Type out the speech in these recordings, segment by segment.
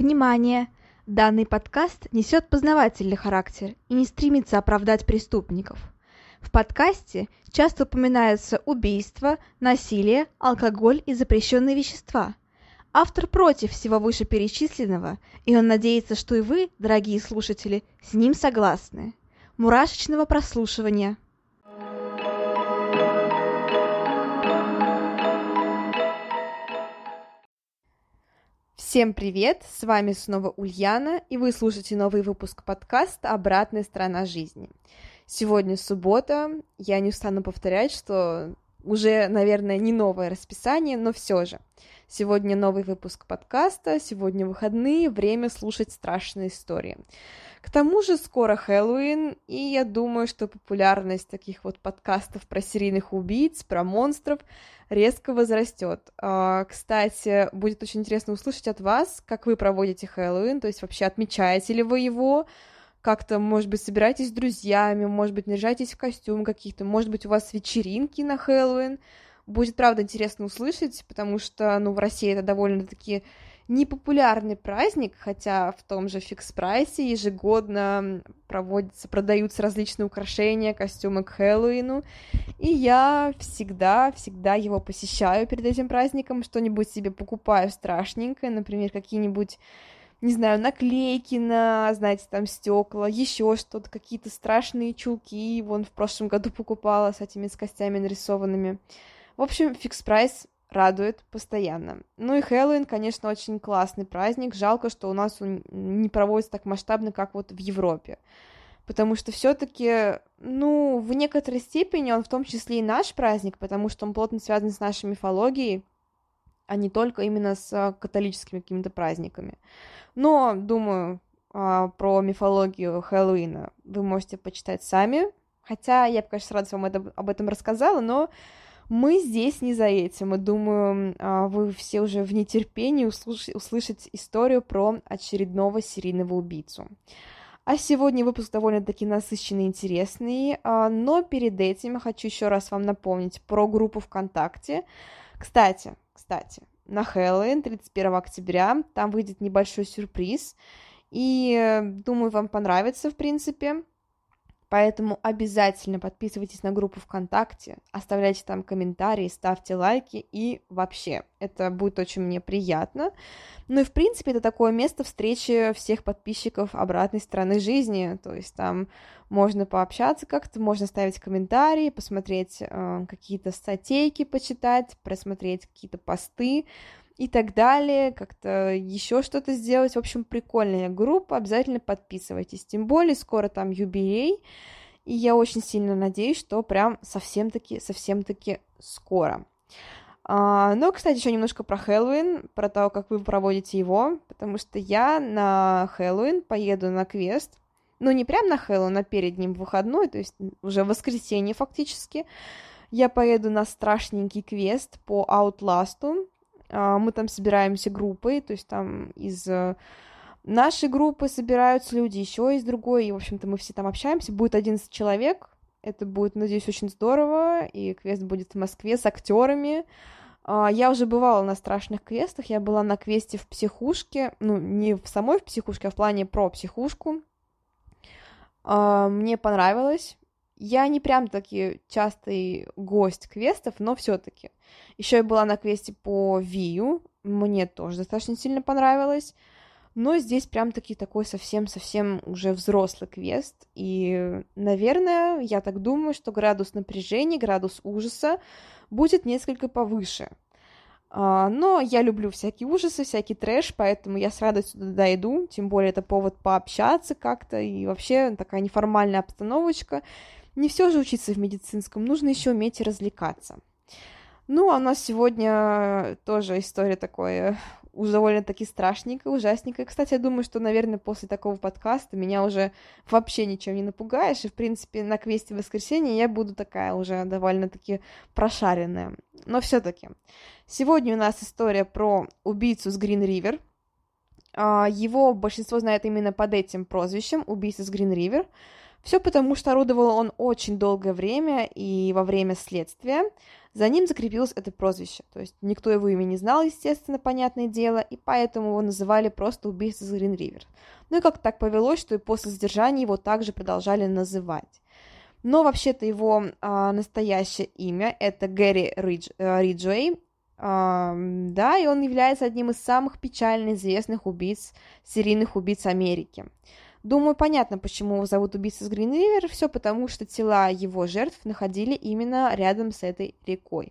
Внимание! Данный подкаст несет познавательный характер и не стремится оправдать преступников. В подкасте часто упоминаются убийства, насилие, алкоголь и запрещенные вещества. Автор против всего вышеперечисленного, и он надеется, что и вы, дорогие слушатели, с ним согласны. Мурашечного прослушивания! Всем привет! С вами снова Ульяна, и вы слушаете новый выпуск подкаста «Обратная сторона жизни». Сегодня суббота, я не устану повторять, что уже, наверное, не новое расписание, но все же. Сегодня новый выпуск подкаста, сегодня выходные, время слушать страшные истории. К тому же скоро Хэллоуин, и я думаю, что популярность таких вот подкастов про серийных убийц, про монстров резко возрастет. Кстати, будет очень интересно услышать от вас, как вы проводите Хэллоуин, то есть вообще отмечаете ли вы его, как-то, может быть, собираетесь с друзьями, может быть, наряжаетесь в костюм каких-то, может быть, у вас вечеринки на Хэллоуин. Будет, правда, интересно услышать, потому что, в России это довольно-таки непопулярный праздник, хотя в том же фикс-прайсе ежегодно продаются различные украшения, костюмы к Хэллоуину, и я всегда его посещаю перед этим праздником, что-нибудь себе покупаю страшненькое, например, какие-нибудь, не знаю, наклейки на, знаете, там стекла, еще что-то, какие-то страшные чулки, вон в прошлом году покупала с костями нарисованными. В общем, фикс-прайс радует постоянно. Ну и Хэллоуин, конечно, очень классный праздник. Жалко, что у нас он не проводится так масштабно, как вот в Европе. Потому что все-таки, в некоторой степени он в том числе и наш праздник, потому что он плотно связан с нашей мифологией, а не только именно с католическими какими-то праздниками. Но, думаю, про мифологию Хэллоуина вы можете почитать сами. Хотя я бы, конечно, с радостью вам об этом рассказала, но мы здесь не за этим, и думаю, вы все уже в нетерпении услышать историю про очередного серийного убийцу. А сегодня выпуск довольно-таки насыщенный и интересный, но перед этим я хочу еще раз вам напомнить про группу ВКонтакте. Кстати, на Хэллоуин, 31 октября, там выйдет небольшой сюрприз, и думаю, вам понравится, в принципе. Поэтому обязательно подписывайтесь на группу ВКонтакте, оставляйте там комментарии, ставьте лайки, и вообще, это будет очень мне приятно. Ну и, в принципе, это такое место встречи всех подписчиков обратной стороны жизни, то есть там можно пообщаться как-то, можно ставить комментарии, посмотреть какие-то статейки, почитать, просмотреть какие-то посты и так далее, как-то еще что-то сделать. В общем, прикольная группа, обязательно подписывайтесь. Тем более, скоро там юбилей, и я очень сильно надеюсь, что прям совсем-таки скоро. Но, кстати, еще немножко про Хэллоуин, про то, как вы проводите его, потому что я на Хэллоуин поеду на квест, не прям на Хэллоуин, а перед ним в выходной, то есть уже в воскресенье фактически. Я поеду на страшненький квест по Outlast'у. Мы там собираемся группой, то есть там из нашей группы собираются люди, еще из другой, и, в общем-то, мы все там общаемся. Будет 11 человек, это будет, надеюсь, очень здорово, и квест будет в Москве с актерами. Я уже бывала на страшных квестах, я была на квесте в психушке, не в самой в психушке, а в плане про психушку. Мне понравилось. Я не прям таки частый гость квестов, но все-таки. Еще я была на квесте по Вию, мне тоже достаточно сильно понравилось. Но здесь прям таки такой совсем уже взрослый квест. И, наверное, я так думаю, что градус напряжения, градус ужаса будет несколько повыше. Но я люблю всякие ужасы, всякий трэш, поэтому я с радостью туда иду. Тем более это повод пообщаться как-то. И вообще такая неформальная обстановочка. Не все же учиться в медицинском, нужно еще уметь и развлекаться. А у нас сегодня тоже история такая уж довольно-таки страшненькая, ужасненькая. Кстати, я думаю, что, наверное, после такого подкаста меня уже вообще ничем не напугаешь, и, в принципе, на квесте воскресенья я буду такая уже довольно-таки прошаренная. Но все-таки сегодня у нас история про убийцу с Грин-Ривер. Его большинство знает именно под этим прозвищем, убийца с Грин-Ривер. Все потому, что орудовал он очень долгое время и во время следствия. За ним закрепилось это прозвище, то есть никто его имя не знал, естественно, понятное дело, и поэтому его называли просто убийца из Грин-Ривер. Ну и как так повелось, что и после задержания его также продолжали называть. Но вообще-то его настоящее имя это Гэри Риджуэй, да, и он является одним из самых печально известных серийных убийц Америки. Думаю, понятно, почему его зовут убийца из Грин-Ривер, все потому, что тела его жертв находили именно рядом с этой рекой.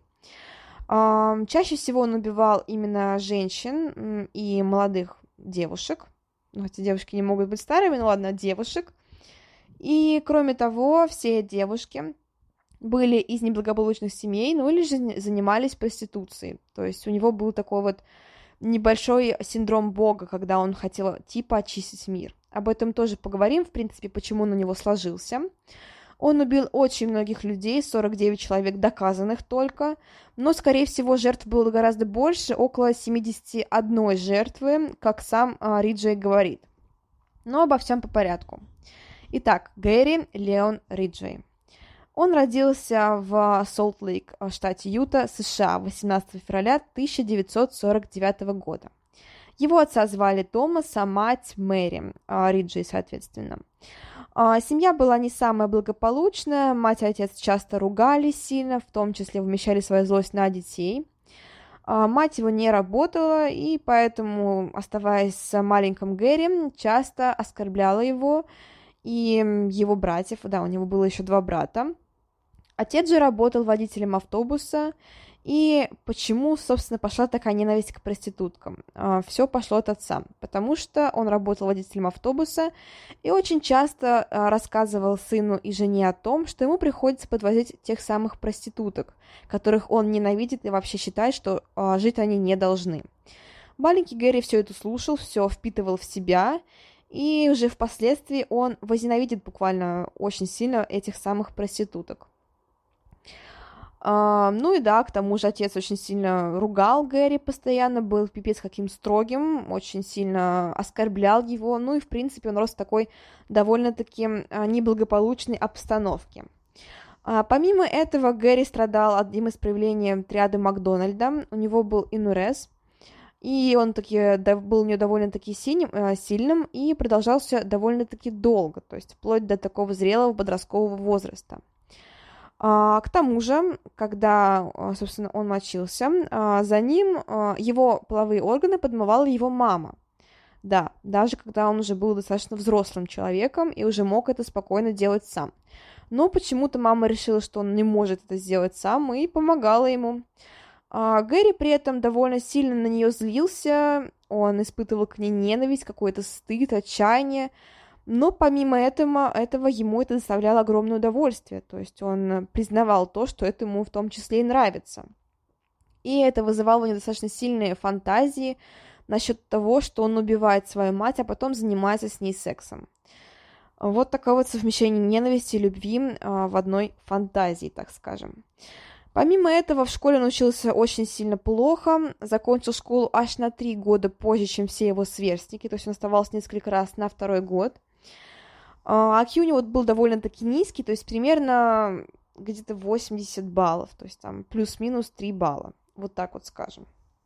Чаще всего он убивал именно женщин и молодых девушек. Ну, эти девушки не могут быть старыми, ну ладно, девушек. И, кроме того, все девушки были из неблагополучных семей, ну или же занимались проституцией. То есть у него был такой вот небольшой синдром Бога, когда он хотел типа очистить мир. Об этом тоже поговорим, в принципе, почему он у него сложился. Он убил очень многих людей, 49 человек доказанных только, но, скорее всего, жертв было гораздо больше, около 71 жертвы, как сам Риджуэй говорит. Но обо всем по порядку. Итак, Гэри Леон Риджуэй. Он родился в Солт-Лейк, в штате Юта, США, 18 февраля 1949 года. Его отца звали Томас, а мать Мэри Риджуэй, соответственно. Семья была не самая благополучная, мать и отец часто ругались сильно, в том числе вымещали свою злость на детей. Мать его не работала, и поэтому, оставаясь с маленьким Гэри, часто оскорбляла его и его братьев, да, у него было еще 2 брата. Отец же работал водителем автобуса, и почему, собственно, пошла такая ненависть к проституткам? Все пошло от отца, потому что он работал водителем автобуса и очень часто рассказывал сыну и жене о том, что ему приходится подвозить тех самых проституток, которых он ненавидит и вообще считает, что жить они не должны. Маленький Гэри все это слушал, все впитывал в себя, и уже впоследствии он возненавидит буквально очень сильно этих самых проституток. Ну и да, к тому же отец очень сильно ругал Гэри постоянно, был пипец каким строгим, очень сильно оскорблял его, ну и в принципе он рос в такой довольно-таки неблагополучной обстановке. Помимо этого, Гэри страдал одним из проявлений триады Макдональда, у него был инурез, и он был у него довольно-таки сильным и продолжался довольно-таки долго, то есть вплоть до такого зрелого подросткового возраста. К тому же, когда, собственно, он мочился, за ним его половые органы подмывала его мама. Да, даже когда он уже был достаточно взрослым человеком и уже мог это спокойно делать сам. Но почему-то мама решила, что он не может это сделать сам, и помогала ему. Гэри при этом довольно сильно на нее злился, он испытывал к ней ненависть, какой-то стыд, отчаяние. Но помимо этого ему это доставляло огромное удовольствие, то есть он признавал то, что это ему в том числе и нравится. И это вызывало у него достаточно сильные фантазии насчет того, что он убивает свою мать, а потом занимается с ней сексом. Вот такое вот совмещение ненависти и любви в одной фантазии, так скажем. Помимо этого, в школе он учился очень сильно плохо, закончил школу аж на 3 года позже, чем все его сверстники, то есть он оставался несколько раз на 2-й год. IQ у него был довольно-таки низкий, то есть примерно где-то 80 баллов, то есть там плюс-минус 3 балла, вот так вот скажем.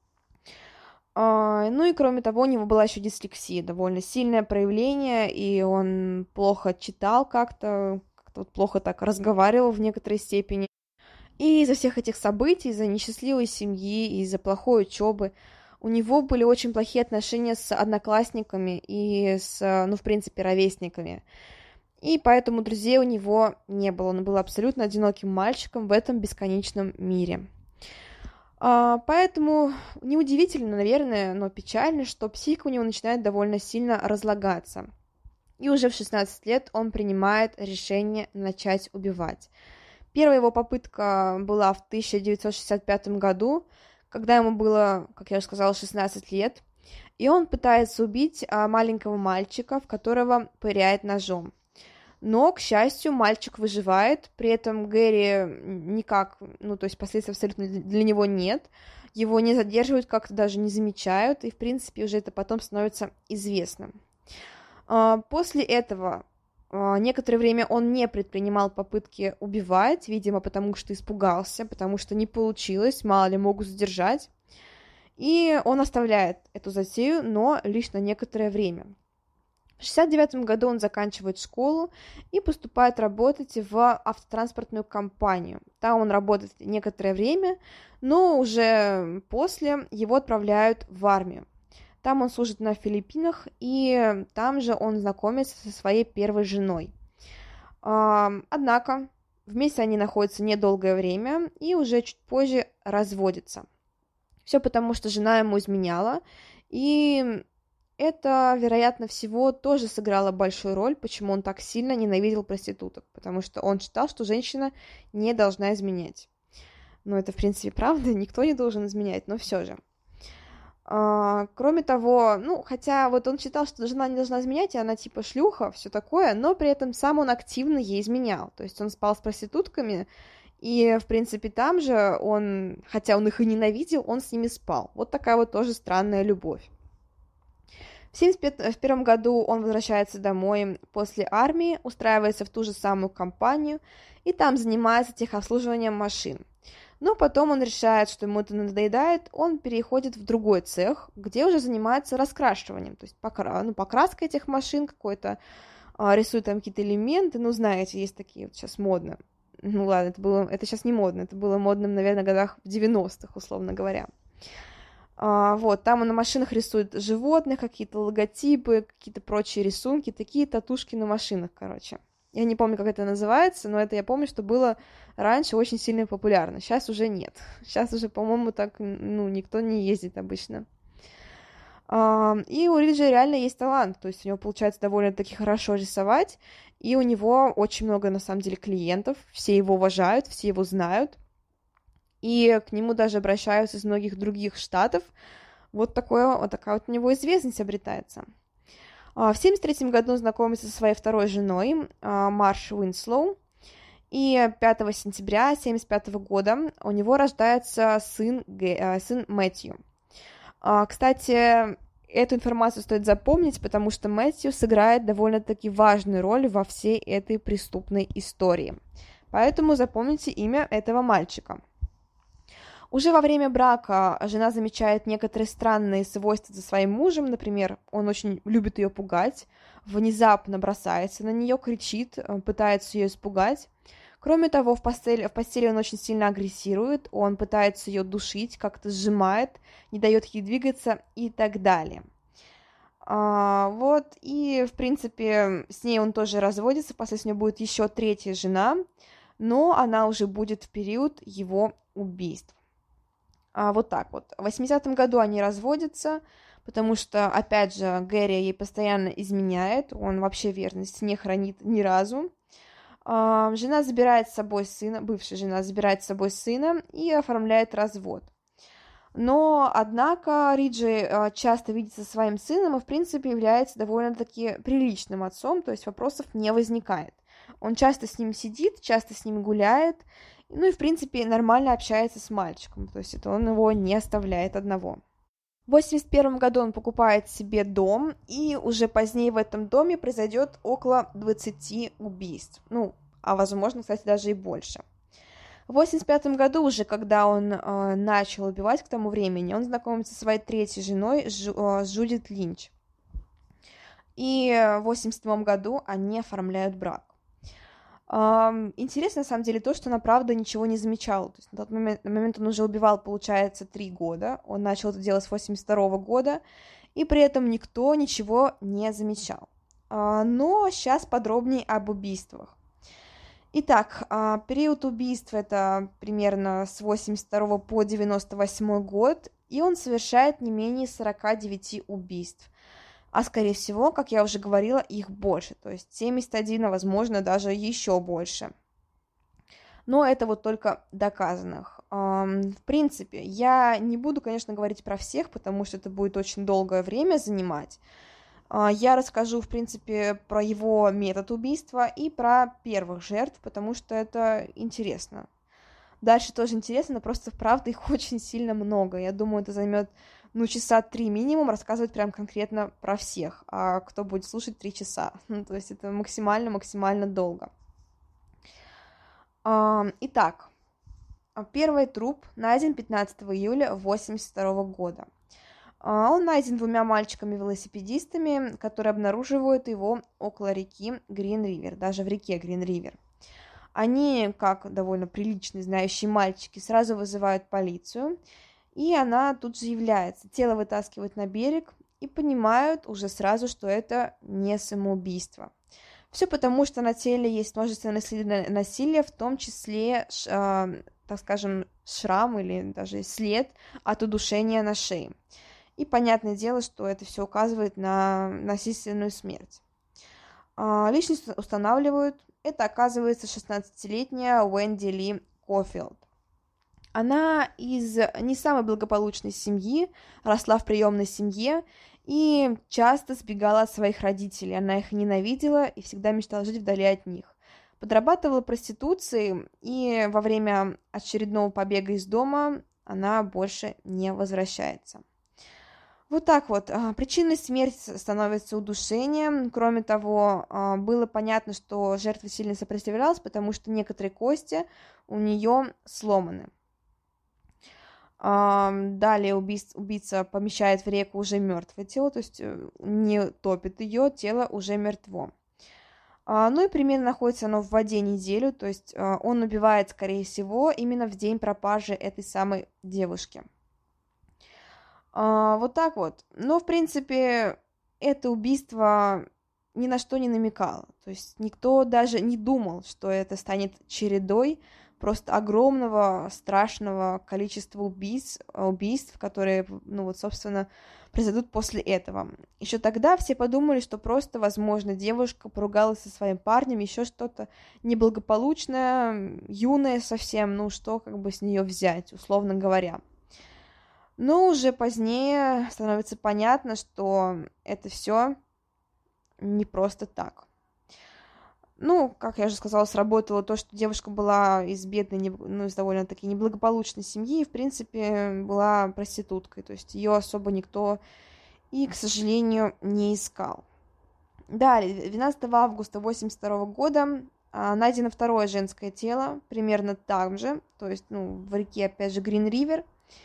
Ну и кроме того, у него была еще дислексия, довольно сильное проявление, и он плохо читал как-то вот плохо так разговаривал в некоторой степени. И из-за всех этих событий, из-за несчастливой семьи, из-за плохой учебы, у него были очень плохие отношения с одноклассниками и в принципе, ровесниками. И поэтому друзей у него не было. Он был абсолютно одиноким мальчиком в этом бесконечном мире. Поэтому неудивительно, наверное, но печально, что психика у него начинает довольно сильно разлагаться. И уже в 16 лет он принимает решение начать убивать. Первая его попытка была в 1965 году, когда ему было, как я уже сказала, 16 лет, и он пытается убить маленького мальчика, в которого пыряет ножом. Но, к счастью, мальчик выживает, при этом Гэри никак, то есть последствий абсолютно для него нет, его не задерживают, как-то даже не замечают, и, в принципе, уже это потом становится известным. После этого Некоторое время он не предпринимал попытки убивать, видимо, потому что испугался, потому что не получилось, мало ли могут задержать. И он оставляет эту затею, но лишь на некоторое время. В 1969 году он заканчивает школу и поступает работать в автотранспортную компанию. Там он работает некоторое время, но уже после его отправляют в армию. Там он служит на Филиппинах, и там же он знакомится со своей первой женой. Однако вместе они находятся недолгое время и уже чуть позже разводятся. Все потому, что жена ему изменяла, и это, вероятно всего, тоже сыграло большую роль, почему он так сильно ненавидел проституток, потому что он считал, что женщина не должна изменять. Ну, это, в принципе, правда, никто не должен изменять, но все же. Кроме того, хотя вот он считал, что жена не должна изменять, и она типа шлюха, все такое, но при этом сам он активно ей изменял. То есть он спал с проститутками, и, в принципе, там же он, хотя он их и ненавидел, он с ними спал. Вот такая вот тоже странная любовь. В 1971 году он возвращается домой после армии, устраивается в ту же самую компанию, и там занимается техобслуживанием машин. Но потом он решает, что ему это надоедает, он переходит в другой цех, где уже занимается раскрашиванием, то есть покраской этих машин какой-то, рисует там какие-то элементы, знаете, есть такие вот сейчас модно. Ладно, это сейчас не модно, это было модным, наверное, в годах в 90-х, условно говоря. Вот, там он на машинах рисует животных, какие-то логотипы, какие-то прочие рисунки, такие татушки на машинах, короче. Я не помню, как это называется, но это я помню, что было раньше очень сильно популярно. Сейчас уже нет. Сейчас уже, по-моему, так, никто не ездит обычно. И у Риджи реально есть талант, то есть у него получается довольно-таки хорошо рисовать, и у него очень много, на самом деле, клиентов, все его уважают, все его знают, и к нему даже обращаются из многих других штатов. Вот такая вот у него известность обретается. В 1973 году он знакомится со своей второй женой, Марш Уинслоу, и 5 сентября 1975 года у него рождается сын Мэтью. Кстати, эту информацию стоит запомнить, потому что Мэтью сыграет довольно-таки важную роль во всей этой преступной истории. Поэтому запомните имя этого мальчика. Уже во время брака жена замечает некоторые странные свойства за своим мужем, например, он очень любит ее пугать, внезапно бросается на нее, кричит, пытается ее испугать. Кроме того, в постели он очень сильно агрессирует, он пытается ее душить, как-то сжимает, не дает ей двигаться и так далее. Вот, и, в принципе, с ней он тоже разводится, впоследствии у него будет еще третья жена, но она уже будет в период его убийств. Вот так вот. В 80-м году они разводятся, потому что, опять же, Гэри ей постоянно изменяет, он вообще верность не хранит ни разу. Жена забирает с собой сына, бывшая жена забирает с собой сына и оформляет развод. Но, однако, Риджи часто видится со своим сыном и, в принципе, является довольно-таки приличным отцом, то есть вопросов не возникает. Он часто с ним сидит, часто с ним гуляет, и, в принципе, нормально общается с мальчиком, то есть это он его не оставляет одного. В 1981 году он покупает себе дом, и уже позднее в этом доме произойдет около 20 убийств, а возможно, кстати, даже и больше. В 1985 году, уже когда он начал убивать к тому времени, он знакомится со своей третьей женой Джудит Линч. И в 1987 году они оформляют брак. Интересно, на самом деле, то, что она, правда, ничего не замечала. То есть на тот момент он уже убивал, получается, 3 года. Он начал это делать с 1982 года, и при этом никто ничего не замечал. Но сейчас подробнее об убийствах. Итак, период убийств это примерно с 1982 по 1998 год, и он совершает не менее 49 убийств. А, скорее всего, как я уже говорила, их больше, то есть 71, а возможно, даже еще больше. Но это вот только доказанных. В принципе, я не буду, конечно, говорить про всех, потому что это будет очень долгое время занимать. Я расскажу, в принципе, про его метод убийства и про первых жертв, потому что это интересно. Дальше тоже интересно, но просто, правда, их очень сильно много. Я думаю, это займет, часа 3 минимум, рассказывать прям конкретно про всех. А кто будет слушать 3 часа? То есть это максимально долго. Итак, первый труп найден 15 июля 1982 года. Он найден двумя мальчиками-велосипедистами, которые обнаруживают его около реки Грин-Ривер, даже в реке Грин-Ривер. Они, как довольно приличные, знающие мальчики, сразу вызывают полицию, и она тут же является. Тело вытаскивают на берег и понимают уже сразу, что это не самоубийство. Все потому, что на теле есть множественные следы насилия, в том числе, так скажем, шрам или даже след от удушения на шее. И понятное дело, что это все указывает на насильственную смерть. Личность устанавливают. Это, оказывается, 16-летняя Уэнди Ли Кофилд. Она из не самой благополучной семьи, росла в приемной семье и часто сбегала от своих родителей. Она их ненавидела и всегда мечтала жить вдали от них. Подрабатывала проституцией, и во время очередного побега из дома она больше не возвращается. Вот так вот. Причиной смерти становится удушение. Кроме того, было понятно, что жертва сильно сопротивлялась, потому что некоторые кости у нее сломаны. Далее убийца помещает в реку уже мертвое тело, то есть не топит ее, тело уже мертво. И примерно находится оно в воде неделю, то есть он убивает, скорее всего, именно в день пропажи этой самой девушки. Вот так вот. Но, в принципе, это убийство ни на что не намекало. То есть никто даже не думал, что это станет чередой просто огромного, страшного количества убийств, которые, собственно, произойдут после этого. Еще тогда все подумали, что просто, возможно, девушка поругалась со своим парнем, еще что-то неблагополучное, юное совсем, что как бы с нее взять, условно говоря. Но уже позднее становится понятно, что это все не просто так. Как я уже сказала, сработало то, что девушка была из бедной, из довольно-таки неблагополучной семьи и, в принципе, была проституткой. То есть ее особо никто и, к сожалению, не искал. Далее, 12 августа 1982 года найдено второе женское тело, примерно там же, то есть, в реке, опять же, Грин-Ривер.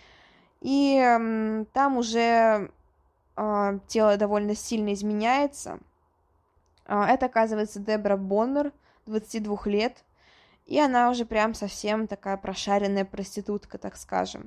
И там уже тело довольно сильно изменяется. Это, оказывается, Дебра Боннер, 22 лет, и она уже прям совсем такая прошаренная проститутка, так скажем.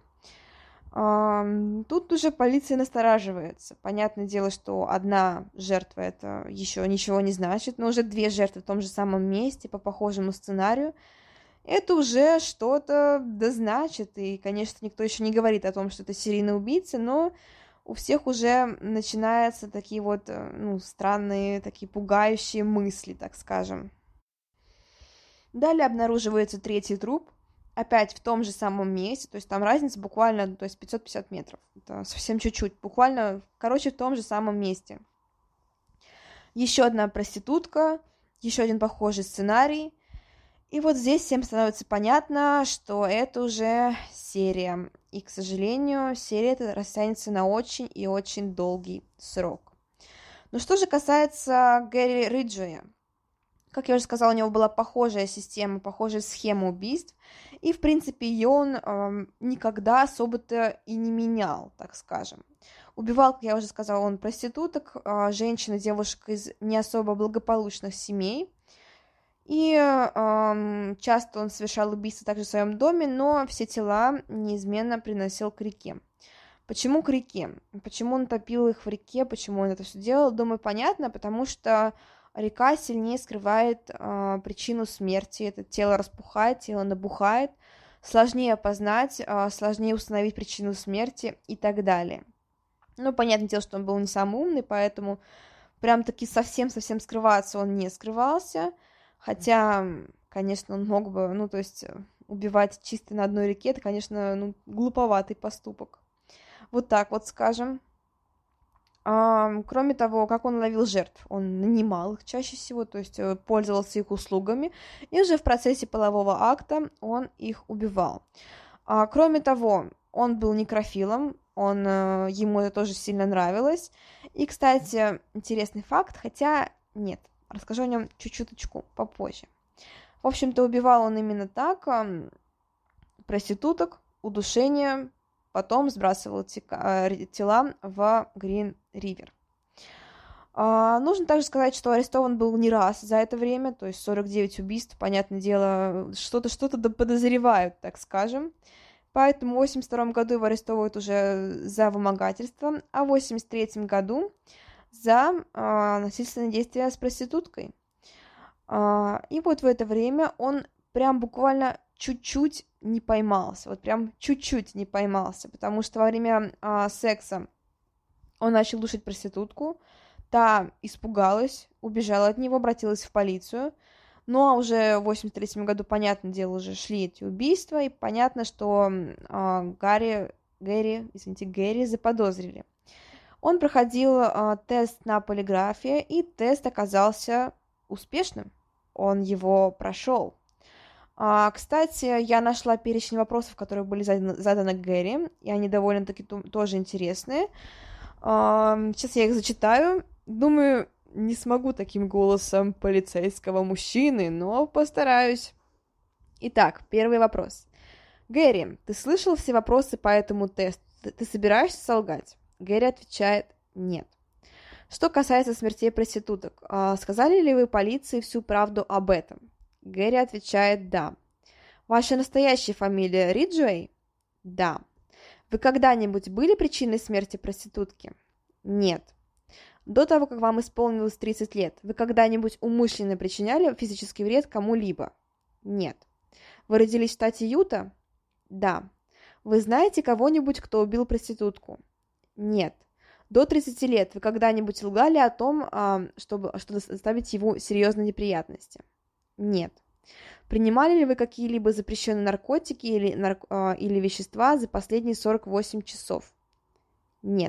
Тут уже полиция настораживается. Понятное дело, что одна жертва это еще ничего не значит, но уже две жертвы в том же самом месте по похожему сценарию. Это уже что-то да значит, и, конечно, никто еще не говорит о том, что это серийный убийца, но у всех уже начинаются такие вот, странные, такие пугающие мысли, так скажем. Далее обнаруживается третий труп, опять в том же самом месте, то есть там разница буквально, 550 метров, это совсем чуть-чуть, буквально, в том же самом месте. Еще одна проститутка, еще один похожий сценарий. И вот здесь всем становится понятно, что это уже серия. И, к сожалению, серия эта растянется на очень и очень долгий срок. Но что же касается Гэри Риджуэя. Как я уже сказала, у него была похожая система, похожая схема убийств. И, в принципе, ее он никогда особо-то и не менял, так скажем. Убивал, как я уже сказала, он проституток, женщин и девушек из не особо благополучных семей. И часто он совершал убийства также в своем доме, но все тела неизменно приносил к реке. Почему к реке? Почему он топил их в реке? Почему он это все делал? Думаю, понятно, потому что река сильнее скрывает причину смерти. Это тело распухает, тело набухает, сложнее опознать, сложнее установить причину смерти и так далее. Понятное дело, что он был не самый умный, поэтому прям-таки совсем-совсем скрываться он не скрывался. Хотя, конечно, он мог бы, убивать чисто на одной реке, это, конечно, глуповатый поступок. Вот так вот скажем. Кроме того, как он ловил жертв, он нанимал их чаще всего, то есть пользовался их услугами, и уже в процессе полового акта он их убивал. Кроме того, он был некрофилом, ему это тоже сильно нравилось. И, кстати, интересный факт, хотя нет, расскажу о нем чуть-чуточку попозже. В общем-то, убивал он именно так, проституток, удушение, потом сбрасывал тела в Грин-Ривер. Нужно также сказать, что арестован был не раз за это время, то есть 49 убийств, понятное дело, что-то подозревают, так скажем. Поэтому в 1982 году его арестовывают уже за вымогательство, а в 1983 году за насильственные действия с проституткой. И вот в это время он прям буквально чуть-чуть не поймался, вот прям чуть-чуть не поймался, потому что во время секса он начал душить проститутку, та испугалась, убежала от него, обратилась в полицию. Ну, а уже в 1983 году, понятное дело, уже шли эти убийства, и понятно, что Гэри заподозрили. Он проходил тест на полиграфе, и тест оказался успешным. Он его прошел. Кстати, я нашла перечень вопросов, которые были заданы Гэри, и они довольно-таки тоже интересные. Сейчас я их зачитаю. Думаю, не смогу таким голосом полицейского мужчины, но постараюсь. Итак, первый вопрос. Гэри, ты слышал все вопросы по этому тесту? Ты собираешься солгать? Гэри отвечает нет. Что касается смертей проституток, сказали ли вы полиции всю правду об этом? Гэри отвечает да. Ваша настоящая фамилия Риджуэй? Да. Вы когда-нибудь были причиной смерти проститутки? Нет. До того, как вам исполнилось 30 лет, вы когда-нибудь умышленно причиняли физический вред кому-либо? Нет. Вы родились в штате Юта? Да. Вы знаете кого-нибудь, кто убил проститутку? Нет. До 30 лет вы когда-нибудь лгали о том, чтобы доставить ему серьезные неприятности? Нет. Принимали ли вы какие-либо запрещенные наркотики или вещества за последние 48 часов? Нет.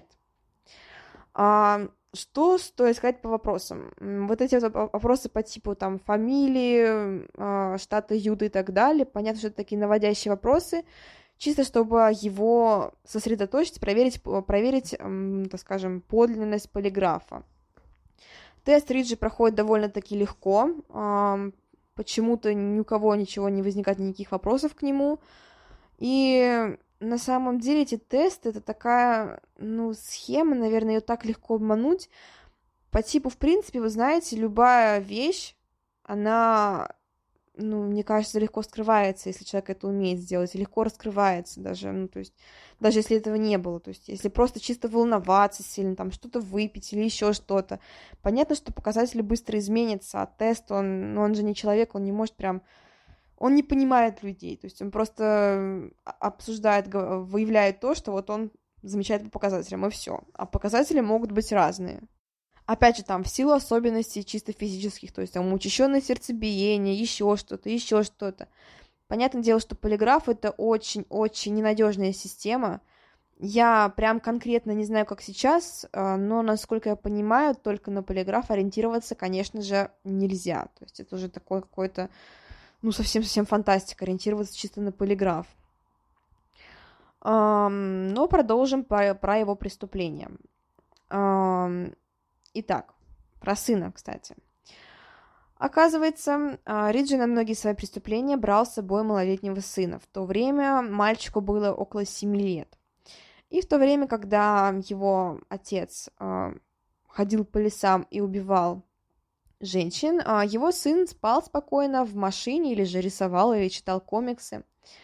Что стоит сказать по вопросам? Вот эти вот вопросы по типу там фамилии, штата Юта и так далее, понятно, что это такие наводящие вопросы, чисто чтобы его сосредоточить, проверить, так скажем, подлинность полиграфа. Тест Риджи проходит довольно-таки легко, почему-то ни у кого ничего не возникает, никаких вопросов к нему, и на самом деле эти тесты — это такая, схема, наверное, ее так легко обмануть. По типу, в принципе, вы знаете, любая вещь, она, мне кажется, легко скрывается, если человек это умеет сделать, и легко раскрывается даже, то есть, даже если этого не было, то есть, если просто чисто волноваться сильно, там, что-то выпить или еще что-то. Понятно, что показатели быстро изменятся, а тест, он же не человек, он не может прям... Он не понимает людей, то есть он просто обсуждает, выявляет то, что вот он замечает по показателям, и все. А показатели могут быть разные. Опять же, там, в силу особенностей чисто физических, то есть там учащенное сердцебиение, еще что-то. Понятное дело, что полиграф — это очень-очень ненадежная система. Я прям конкретно не знаю, как сейчас, но, насколько я понимаю, только на полиграф ориентироваться, конечно же, нельзя. То есть это уже такой какой-то совсем-совсем фантастика, ориентироваться чисто на полиграф. Но продолжим про его преступления. Итак, про сына, кстати. Оказывается, Риджи на многие свои преступления брал с собой малолетнего сына. В то время мальчику было около 7 лет. И в то время, когда его отец ходил по лесам и убивал женщин, его сын спал спокойно в машине, или же рисовал, или читал комиксы.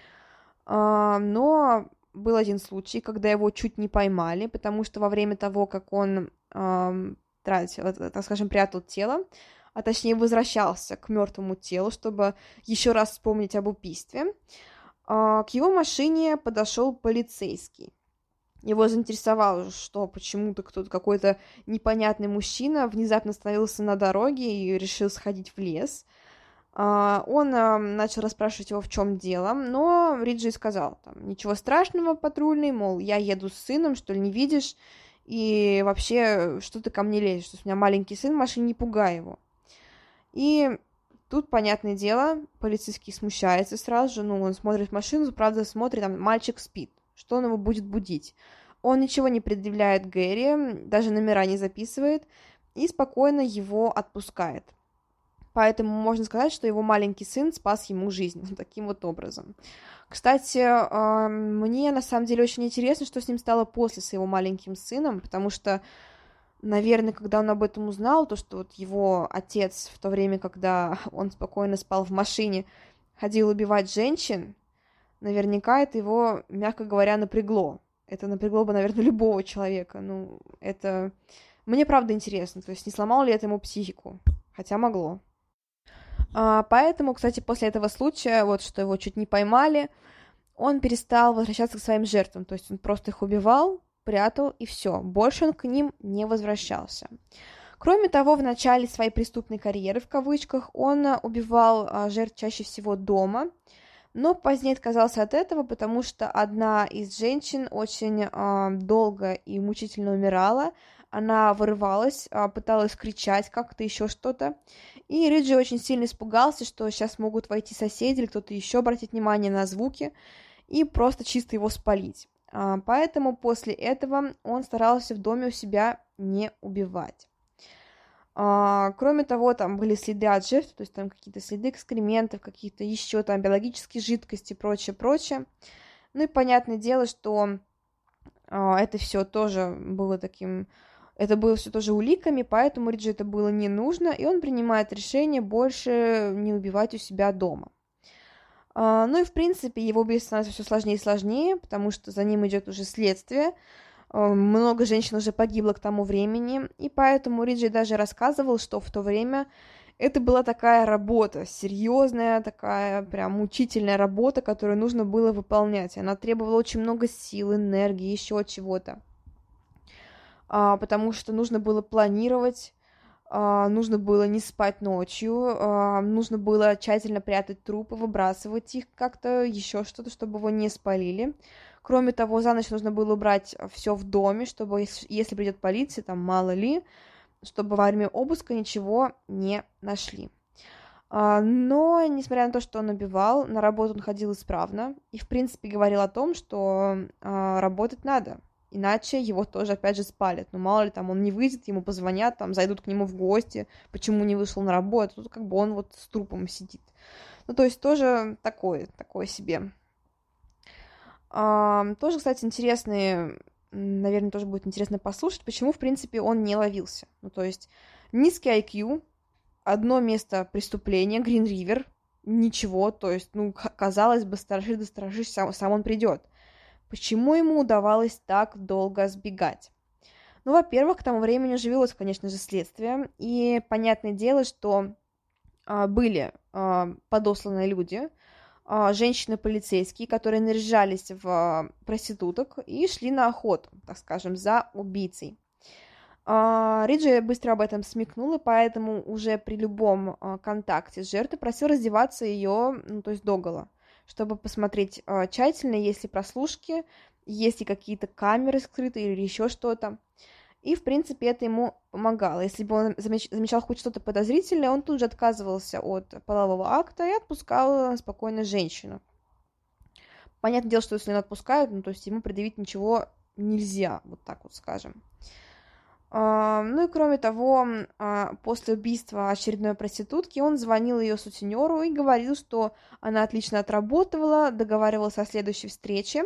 Но был один случай, когда его чуть не поймали, потому что во время того, как он так скажем, прятал тело, а точнее возвращался к мертвому телу, чтобы еще раз вспомнить об убийстве, к его машине подошел полицейский. Его заинтересовало, что почему-то какой-то непонятный мужчина внезапно остановился на дороге и решил сходить в лес. Он начал расспрашивать его, в чем дело, но Риджи сказал, ничего страшного, патрульный, мол, я еду с сыном, что ли, не видишь? и вообще, что ты ко мне лезешь, что у меня маленький сын в машине, не пугай его. И тут, понятное дело, полицейский смущается сразу же, он смотрит в машину, правда, смотрит, там мальчик спит, что он его будет будить. Он ничего не предъявляет Гэри, даже номера не записывает, и спокойно его отпускает. Поэтому можно сказать, что его маленький сын спас ему жизнь таким вот образом. Кстати, мне на самом деле очень интересно, что с ним стало после с его маленьким сыном, потому что, наверное, когда он об этом узнал, то, что вот его отец в то время, когда он спокойно спал в машине, ходил убивать женщин, наверняка это его, мягко говоря, напрягло. Это напрягло бы, наверное, любого человека. Это... Мне правда интересно, то есть не сломало ли это ему психику, хотя могло. Поэтому, кстати, после этого случая, вот что его чуть не поймали, он перестал возвращаться к своим жертвам, то есть он просто их убивал, прятал и все, больше он к ним не возвращался. Кроме того, в начале своей преступной карьеры, в кавычках, он убивал жертв чаще всего дома, но позднее отказался от этого, потому что одна из женщин очень долго и мучительно умирала, она вырывалась, пыталась кричать как-то, еще что-то, и Риджи очень сильно испугался, что сейчас могут войти соседи или кто-то еще обратить внимание на звуки и просто чисто его спалить. Поэтому после этого он старался в доме у себя не убивать. Кроме того, там были следы от жертв, то есть там какие-то следы экскрементов, какие-то еще там биологические жидкости, прочее. Ну и понятное дело, что это все тоже было таким... Это было все тоже уликами, поэтому Риджи это было не нужно, и он принимает решение больше не убивать у себя дома. Ну и, в принципе, его убийство становится все сложнее и сложнее, потому что за ним идет уже следствие. Много женщин уже погибло к тому времени, и поэтому Риджи даже рассказывал, что в то время это была такая работа, серьезная, такая прям мучительная работа, которую нужно было выполнять. Она требовала очень много сил, энергии, еще чего-то. Потому что нужно было планировать, нужно было не спать ночью, нужно было тщательно прятать трупы, выбрасывать их как-то, еще что-то, чтобы его не спалили. Кроме того, за ночь нужно было убрать все в доме, чтобы, если придет полиция, там мало ли, чтобы во время обыска ничего не нашли. Но, несмотря на то, что он убивал, на работу он ходил исправно и, в принципе, говорил о том, что работать надо. Иначе его тоже, опять же, спалят. Ну, мало ли, там, он не выйдет, ему позвонят, там, зайдут к нему в гости, почему не вышел на работу, тут как бы он вот с трупом сидит. Ну, то есть тоже такое себе. Тоже, кстати, интересные, наверное, тоже будет интересно послушать, почему, в принципе, он не ловился. Ну, то есть низкий IQ, одно место преступления, Грин-Ривер, ничего, то есть, казалось бы, сторожись, сам он придет. Почему ему удавалось так долго сбегать? Ну, во-первых, к тому времени уже велось, конечно же, следствие, и понятное дело, что были подосланные люди, женщины-полицейские, которые наряжались в проституток и шли на охоту, так скажем, за убийцей. Риджи быстро об этом смекнул, и поэтому уже при любом контакте с жертвой просил раздеваться ее, то есть догола, чтобы посмотреть тщательно, есть ли прослушки, есть ли какие-то камеры скрытые или еще что-то. И, в принципе, это ему помогало. Если бы он замечал хоть что-то подозрительное, он тут же отказывался от полового акта и отпускал спокойно женщину. Понятное дело, что если он отпускает, то есть ему предъявить ничего нельзя, вот так вот скажем. Ну и кроме того, после убийства очередной проститутки он звонил ее сутенеру и говорил, что она отлично отработала, договаривалась о следующей встрече,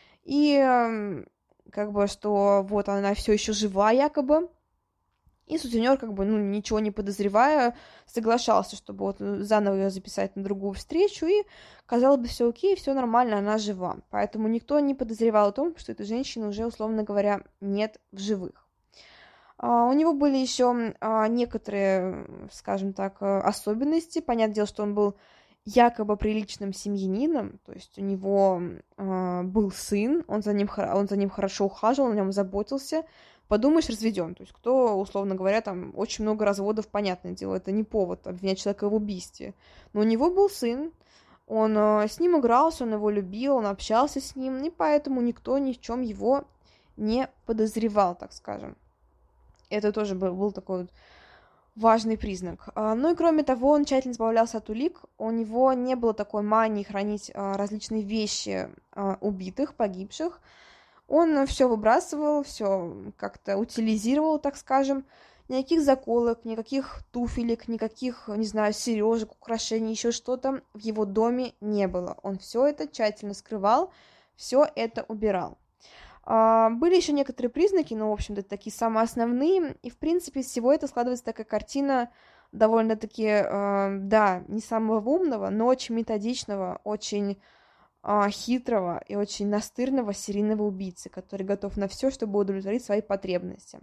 и как бы, что вот она все еще жива якобы. И сутенер, как бы, ничего не подозревая, соглашался, чтобы вот заново ее записать на другую встречу, и, казалось бы, все окей, все нормально, она жива. Поэтому никто не подозревал о том, что этой женщины уже, условно говоря, нет в живых. У него были еще некоторые, скажем так, особенности. Понятное дело, что он был якобы приличным семьянином, то есть у него был сын, он за ним хорошо ухаживал, о нем заботился. Подумаешь, разведен. То есть кто, условно говоря, там очень много разводов, понятное дело, это не повод обвинять человека в убийстве. Но у него был сын, он с ним игрался, он его любил, он общался с ним, и поэтому никто ни в чем его не подозревал, так скажем. Это тоже был такой вот важный признак. Ну и кроме того, он тщательно избавлялся от улик. У него не было такой мании хранить различные вещи убитых, погибших. Он все выбрасывал, все как-то утилизировал, так скажем. Никаких заколок, никаких туфелек, никаких, не знаю, сережек, украшений, еще что-то в его доме не было. Он все это тщательно скрывал, все это убирал. Были еще некоторые признаки, но, в общем-то, такие самые основные. И, в принципе, из всего это складывается такая картина довольно-таки, да, не самого умного, но очень методичного, очень хитрого и очень настырного серийного убийцы, который готов на все, чтобы удовлетворить свои потребности.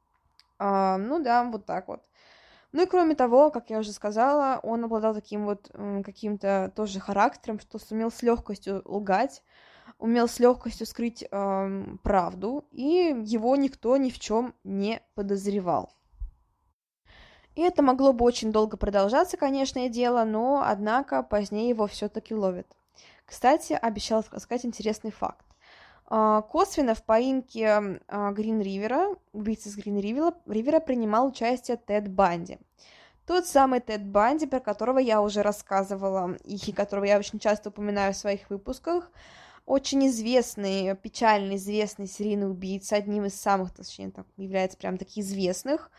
Ну да, вот так вот. Ну и кроме того, как я уже сказала, он обладал таким вот каким-то тоже характером, что сумел с легкостью лгать, умел с легкостью скрыть правду, и его никто ни в чем не подозревал. И это могло бы очень долго продолжаться, конечно, дело, но, однако, позднее его все-таки ловят. Кстати, обещала сказать интересный факт. Косвенно в поимке Грин-Ривера, убийцы из Грин-Ривера, принимал участие Тед Банди. Тот самый Тед Банди, про которого я уже рассказывала и которого я очень часто упоминаю в своих выпусках. Очень известный, печально известный серийный убийца, одним из самых, точнее, является прям таких известных.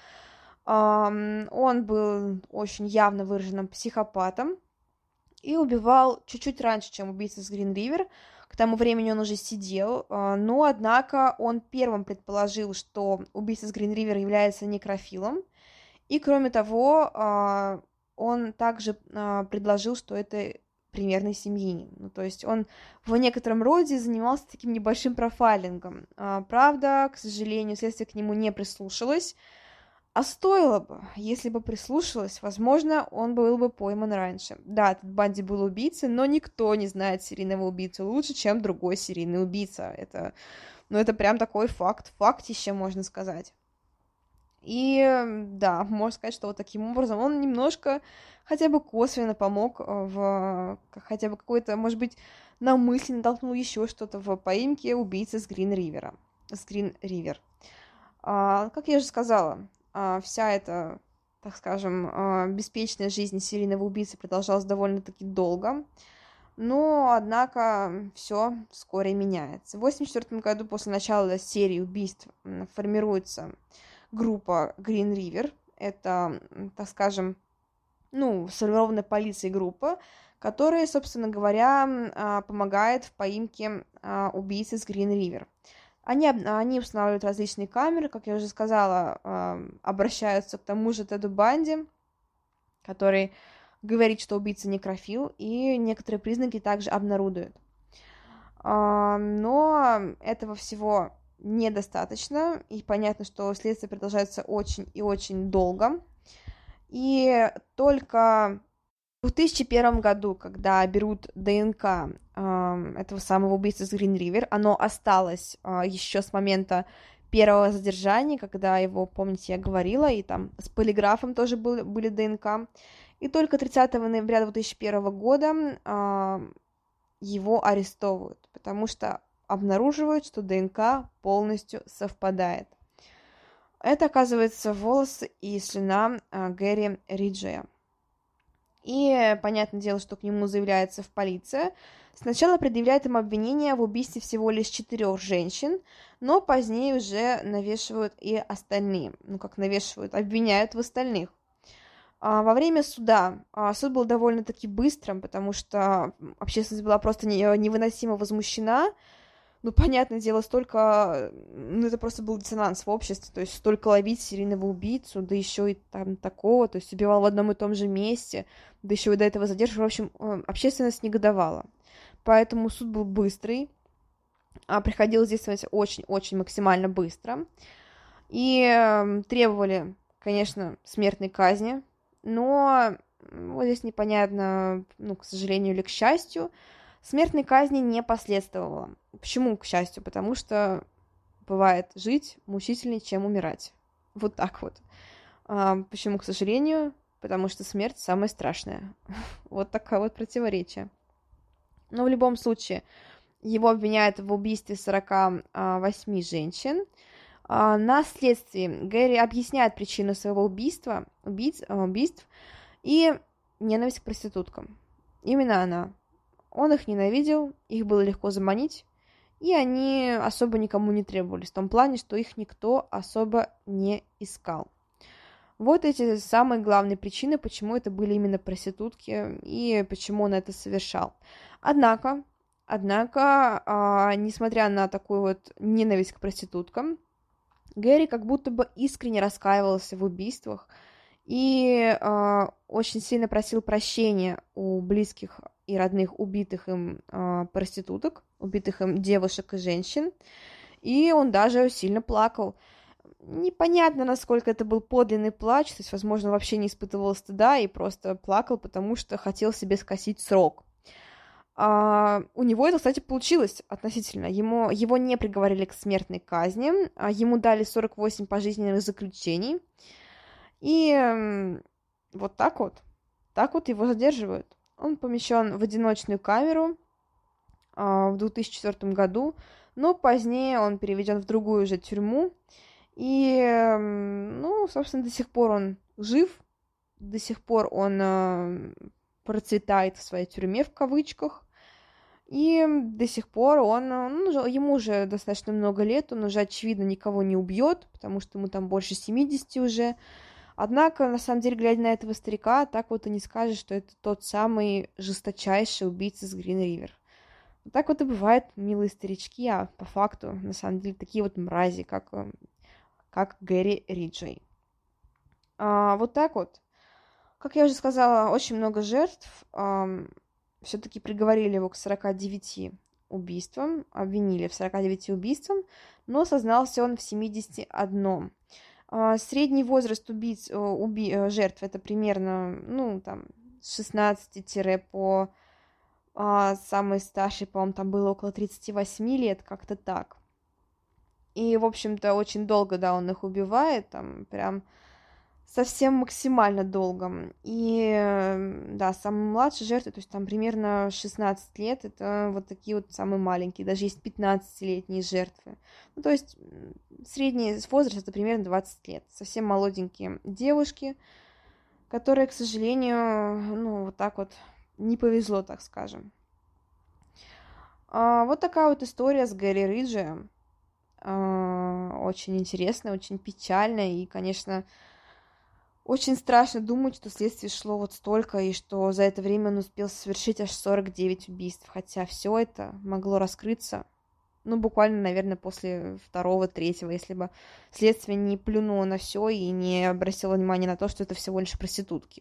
Он был очень явно выраженным психопатом и убивал чуть-чуть раньше, чем убийца из Грин-Ривер. К тому времени он уже сидел, но, однако, он первым предположил, что убийца из Грин-Ривер является некрофилом, и, кроме того, он также предложил, что это примерный семьянин. Ну, то есть он в некотором роде занимался таким небольшим профайлингом. Правда, к сожалению, следствие к нему не прислушалось, а стоило бы, если бы прислушалось, возможно, он был бы пойман раньше. Да, этот Банди был убийцей, но никто не знает серийного убийцу лучше, чем другой серийный убийца. Это прям такой факт, фактище, можно сказать. И да, можно сказать, что вот таким образом он немножко хотя бы косвенно помог в хотя бы какой-то, может быть, навмысленно толкнул еще что-то в поимке убийцы с Грин-Ривер. Как я уже сказала, вся эта, так скажем, беспечная жизнь серийного убийцы продолжалась довольно-таки долго, но, однако, все вскоре меняется. В 1984 году после начала серии убийств формируется группа Green River. Это, так скажем, сформированная полицией группа, которая, собственно говоря, помогает в поимке убийц из Green River. Они устанавливают различные камеры, как я уже сказала, обращаются к тому же Теду Банди, который говорит, что убийца некрофил, и некоторые признаки также обнародуют. Но этого всего недостаточно, и понятно, что следствие продолжается очень и очень долго. И только в 2001 году, когда берут ДНК этого самого убийцы из Грин-Ривер, оно осталось еще с момента первого задержания, когда его, помните, я говорила, и там с полиграфом тоже были ДНК. И только 30 ноября 2001 года его арестовывают, потому что обнаруживают, что ДНК полностью совпадает. Это, оказывается, волосы и слюна Гэри Риджея. И понятное дело, что к нему заявляется в полиция. Сначала предъявляет им обвинение в убийстве всего лишь 4 женщин, но позднее уже навешивают и остальные. Обвиняют в остальных. Во время суда суд был довольно-таки быстрым, потому что общественность была просто невыносимо возмущена. Понятное дело, это просто был диссонанс в обществе, то есть столько ловить серийного убийцу, да еще и там такого, то есть убивал в одном и том же месте, да еще и до этого задерживал. В общем, общественность негодовала. Поэтому суд был быстрый, приходилось действовать очень-очень максимально быстро. И требовали, конечно, смертной казни, но вот здесь непонятно, к сожалению или к счастью, смертной казни не последовало. Почему, к счастью? Потому что бывает жить мучительнее, чем умирать. Вот так вот. Почему, к сожалению? Потому что смерть самая страшная. Вот такое вот противоречие. Но в любом случае, Его обвиняют в убийстве 48 женщин. На следствии Гэри объясняет причину своего убийств и ненависть к проституткам. Именно она. Он их ненавидел, их было легко заманить, и они особо никому не требовались, в том плане, что их никто особо не искал. Вот эти самые главные причины, почему это были именно проститутки и почему он это совершал. Однако, несмотря на такую вот ненависть к проституткам, Гэри как будто бы искренне раскаивался в убийствах и очень сильно просил прощения у близких и родных убитых им проституток, убитых им девушек и женщин, и он даже сильно плакал. Непонятно, насколько это был подлинный плач, то есть, возможно, вообще не испытывал стыда и просто плакал, потому что хотел себе скосить срок. У него это, кстати, получилось относительно. Его не приговорили к смертной казни, ему дали 48 пожизненных заключений, и вот так вот его задерживают. Он помещен в одиночную камеру в 2004 году, но позднее он переведен в другую же тюрьму, и, собственно, до сих пор он жив, до сих пор он процветает в своей тюрьме, в кавычках, и до сих пор ему уже достаточно много лет, он уже, очевидно, никого не убьет, потому что ему там больше 70 уже. Однако, на самом деле, глядя на этого старика, так вот и не скажешь, что это тот самый жесточайший убийца с Грин-Ривер. Вот так вот и бывает, милые старички, а по факту, на самом деле, такие вот мрази, как Гэри Риджей. Вот так вот. Как я уже сказала, очень много жертв. Все-таки приговорили его к 49 убийствам, обвинили в 49 убийствах, но сознался он в 71. Средний возраст жертв это примерно, с 16 по самый старший, по-моему, там было около 38 лет, как-то так. И, в общем-то, очень долго, да, он их убивает, там прям совсем максимально долго. И, да, самые младшие жертвы, то есть там примерно 16 лет, это вот такие вот самые маленькие, даже есть 15-летние жертвы. Ну, то есть средний возраст это примерно 20 лет. Совсем молоденькие девушки, которые, к сожалению, вот так вот не повезло, так скажем. Вот такая вот история с Гэри Риджием. Очень интересная, очень печальная, и, конечно, очень страшно думать, что следствие шло вот столько, и что за это время он успел совершить аж 49 убийств, хотя все это могло раскрыться, буквально, наверное, после второго, третьего, если бы следствие не плюнуло на все и не обратило внимание на то, что это всего лишь проститутки.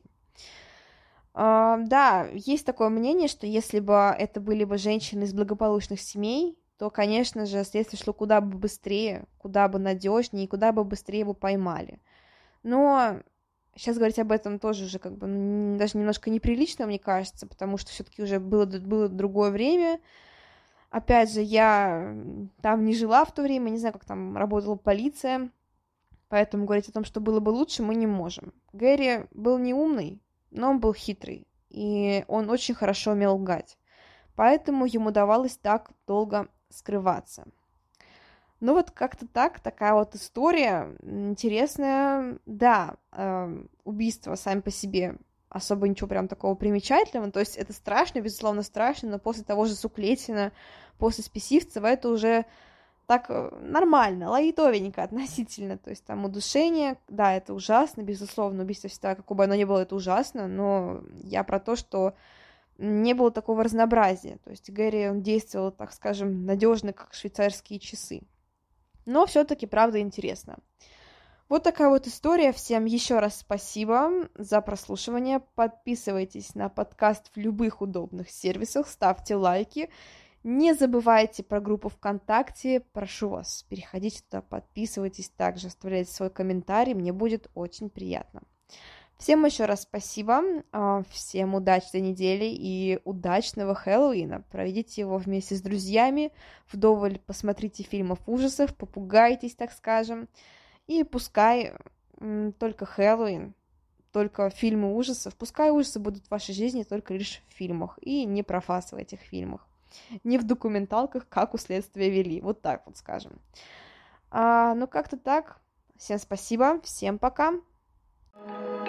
Да, есть такое мнение, что если бы это были бы женщины из благополучных семей, то, конечно же, следствие шло куда бы быстрее, куда бы надежнее и куда бы быстрее его поймали. Но сейчас говорить об этом тоже уже даже немножко неприлично, мне кажется, потому что все-таки уже было другое время. Опять же, я там не жила в то время, не знаю, как там работала полиция, поэтому говорить о том, что было бы лучше, мы не можем. Гэри был не умный, но он был хитрый, и он очень хорошо умел лгать, поэтому ему давалось так долго скрываться. Вот как-то такая вот история интересная. Да, убийства сами по себе особо ничего прям такого примечательного, то есть это страшно, безусловно страшно, но после того же Суклетина, после Списивцева это уже так нормально, лайтовенько относительно, то есть там удушение, да, это ужасно, безусловно, убийство всегда, какое бы оно ни было, это ужасно, но я про то, что не было такого разнообразия, то есть Гэри, он действовал, так скажем, надежно, как швейцарские часы. Но все-таки, правда, интересно. Вот такая вот история. Всем еще раз спасибо за прослушивание. Подписывайтесь на подкаст в любых удобных сервисах, ставьте лайки. Не забывайте про группу ВКонтакте. Прошу вас, переходите туда, подписывайтесь, также оставляйте свой комментарий. Мне будет очень приятно. Всем еще раз спасибо. Всем удачной недели и удачного Хэллоуина. Проведите его вместе с друзьями. Вдоволь посмотрите фильмов ужасов, попугайтесь, так скажем. И пускай только Хэллоуин, только фильмы ужасов, пускай ужасы будут в вашей жизни только лишь в фильмах, и не профас в этих фильмах. не в документалках, как у следствия вели, вот так вот скажем. Ну, как-то так. Всем спасибо, всем пока.